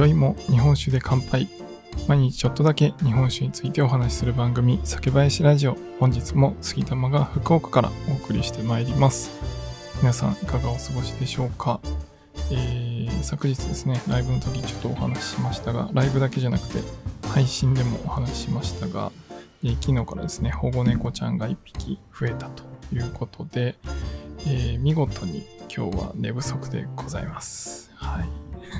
宵も日本酒で乾杯。毎日ちょっとだけ日本酒についてお話しする番組、酒林ラジオ。本日も杉玉が福岡からお送りしてまいります。皆さんいかがお過ごしでしょうか。昨日ですね、ライブの時ちょっとお話ししましたが、ライブだけじゃなくて配信でもお話ししましたが、昨日からですね、保護猫ちゃんが1匹増えたということで、見事に今日は寝不足でございます。はい。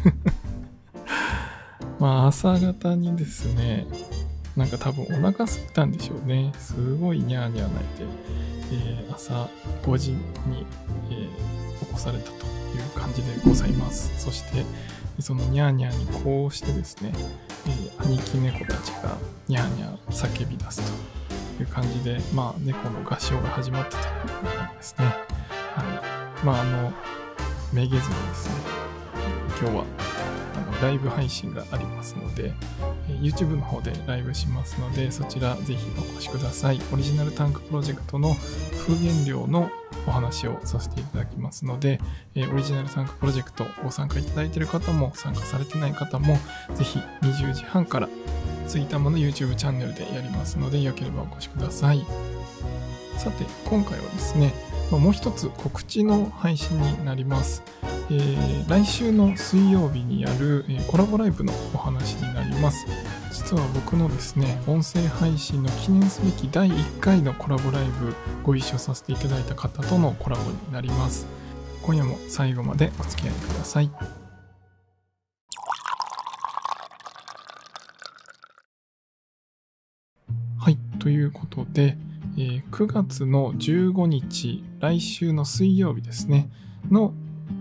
まあ朝方にですね、なんか多分お腹空いたんでしょうね。すごいニャーニャー泣いて、朝5時に、起こされたという感じでございます。そしてそのニャーニャーにこうしてですね、兄貴猫たちがニャーニャー叫び出すという感じで、まあ猫の合唱が始まったという感じですね。はい。まあめげずにですね、今日はライブ配信がありますので、YouTube の方でライブしますので、そちらぜひお越しください。オリジナルタンクプロジェクトの風原料のお話をさせていただきますので、オリジナルタンクプロジェクトご参加いただいている方も参加されてない方もぜひ20時半から杉玉の YouTube チャンネルでやりますので、よければお越しください。さて今回はですね、もう一つ告知の配信になります。来週の水曜日にやる、コラボライブのお話になります。実は僕のですね、音声配信の記念すべき第1回のコラボライブご一緒させていただいた方とのコラボになります。今夜も最後までお付き合いください。はい、ということで、9月の15日、来週の水曜日ですね、の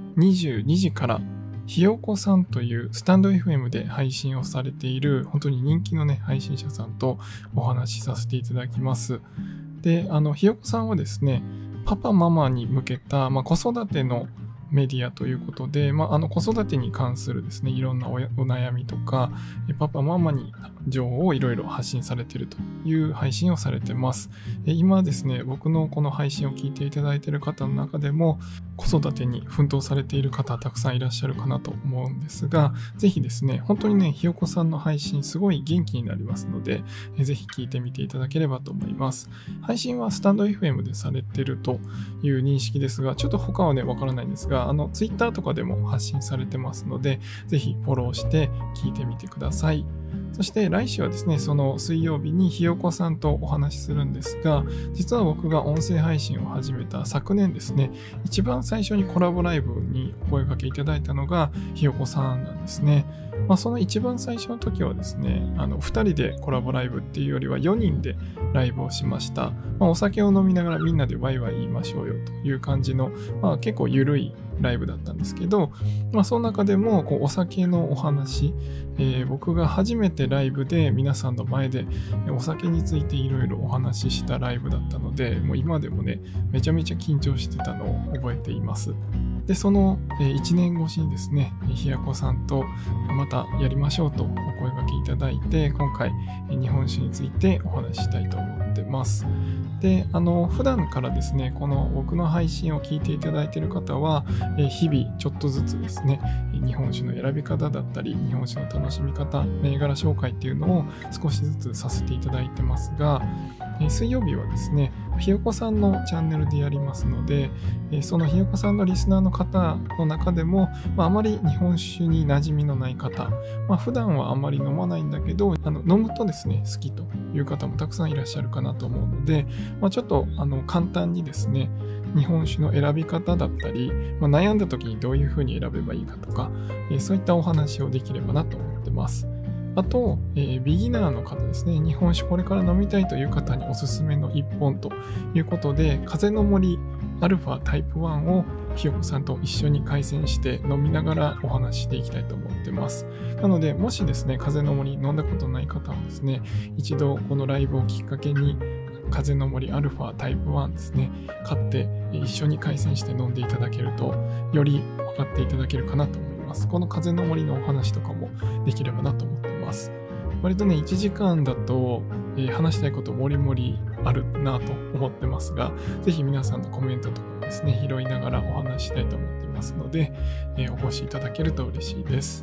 22時からひよこさんというスタンド FM で配信をされている本当に人気のね配信者さんとお話しさせていただきます。で、ひよこさんはですね、パパママに向けた、子育てのメディアということで、子育てに関するですね、いろんなお悩みとか、パパママに情報をいろいろ発信されているという配信をされてます。今ですね、僕のこの配信を聞いていただいている方の中でも、子育てに奮闘されている方たくさんいらっしゃるかなと思うんですが、ぜひですね、本当にね、ひよこさんの配信すごい元気になりますので、ぜひ聞いてみていただければと思います。配信はスタンド FM でされているという認識ですが、ちょっと他はね、わからないんですが、Twitter とかでも発信されてますので、ぜひフォローして聞いてみてください。そして来週はですね、その水曜日にひよこさんとお話しするんですが、実は僕が音声配信を始めた昨年ですね、一番最初にコラボライブにお声掛けいただいたのがひよこさんなんですね。その一番最初の時はですね、2人でコラボライブっていうよりは4人でライブをしました。お酒を飲みながらみんなでワイワイ言いましょうよという感じの、結構緩いライブだったんですけど、その中でもお酒のお話、僕が初めてライブで皆さんの前でお酒についていろいろお話ししたライブだったので、もう今でもね、めちゃめちゃ緊張してたのを覚えています。で、その1年越しにですね、ひやこさんとまたやりましょうとお声掛けいただいて、今回日本酒についてお話ししたいと思ってます。で、普段からですね、この僕の配信を聞いていただいている方は、日々ちょっとずつですね、日本酒の選び方だったり、日本酒の楽しみ方、銘柄紹介っていうのを少しずつさせていただいてますが、水曜日はですね、ひよこさんのチャンネルでやりますので、そのひよこさんのリスナーの方の中でも、あまり日本酒に馴染みのない方、普段はあまり飲まないんだけど、飲むとですね、好きという方もたくさんいらっしゃるかなと思うので、ちょっと簡単にですね、日本酒の選び方だったり、悩んだ時にどういうふうに選べばいいかとか、そういったお話をできればなと思ってます。あと、ビギナーの方ですね、日本酒これから飲みたいという方におすすめの一本ということで、風の森アルファタイプ1をひよこさんと一緒に開栓して飲みながらお話ししていきたいと思ってます。なので、もしですね、風の森飲んだことない方はですね、一度このライブをきっかけに風の森アルファタイプ1ですね、買って一緒に開栓して飲んでいただけると、より分かっていただけるかなと思います。この風の森のお話とかもできればなと思ってます。割とね、1時間だと、話したいこともりもりあるなと思ってますが、ぜひ皆さんのコメントとかもですね、拾いながらお話ししたいと思ってますので、お越しいただけると嬉しいです。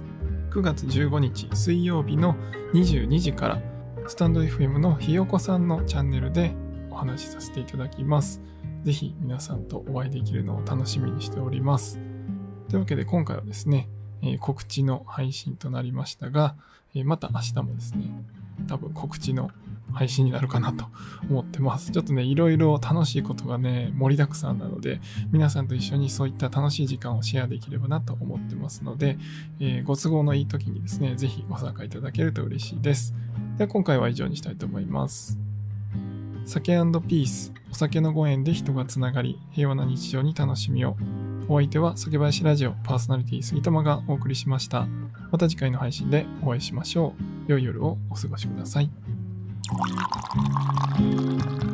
9月15日水曜日の22時からスタンド FM のひよこさんのチャンネルでお話しさせていただきます。ぜひ皆さんとお会いできるのを楽しみにしております。というわけで今回はですね、告知の配信となりましたが、また明日もですね、多分告知の配信になるかなと思ってます。ちょっとね、いろいろ楽しいことがね、盛りだくさんなので、皆さんと一緒にそういった楽しい時間をシェアできればなと思ってますので、ご都合のいい時にですね、ぜひご参加いただけると嬉しいです。では今回は以上にしたいと思います。酒&ピース、お酒のご縁で人がつながり、平和な日常に楽しみを。お相手は酒林ラジオパーソナリティ杉玉がお送りしました。また次回の配信でお会いしましょう。良い夜をお過ごしください。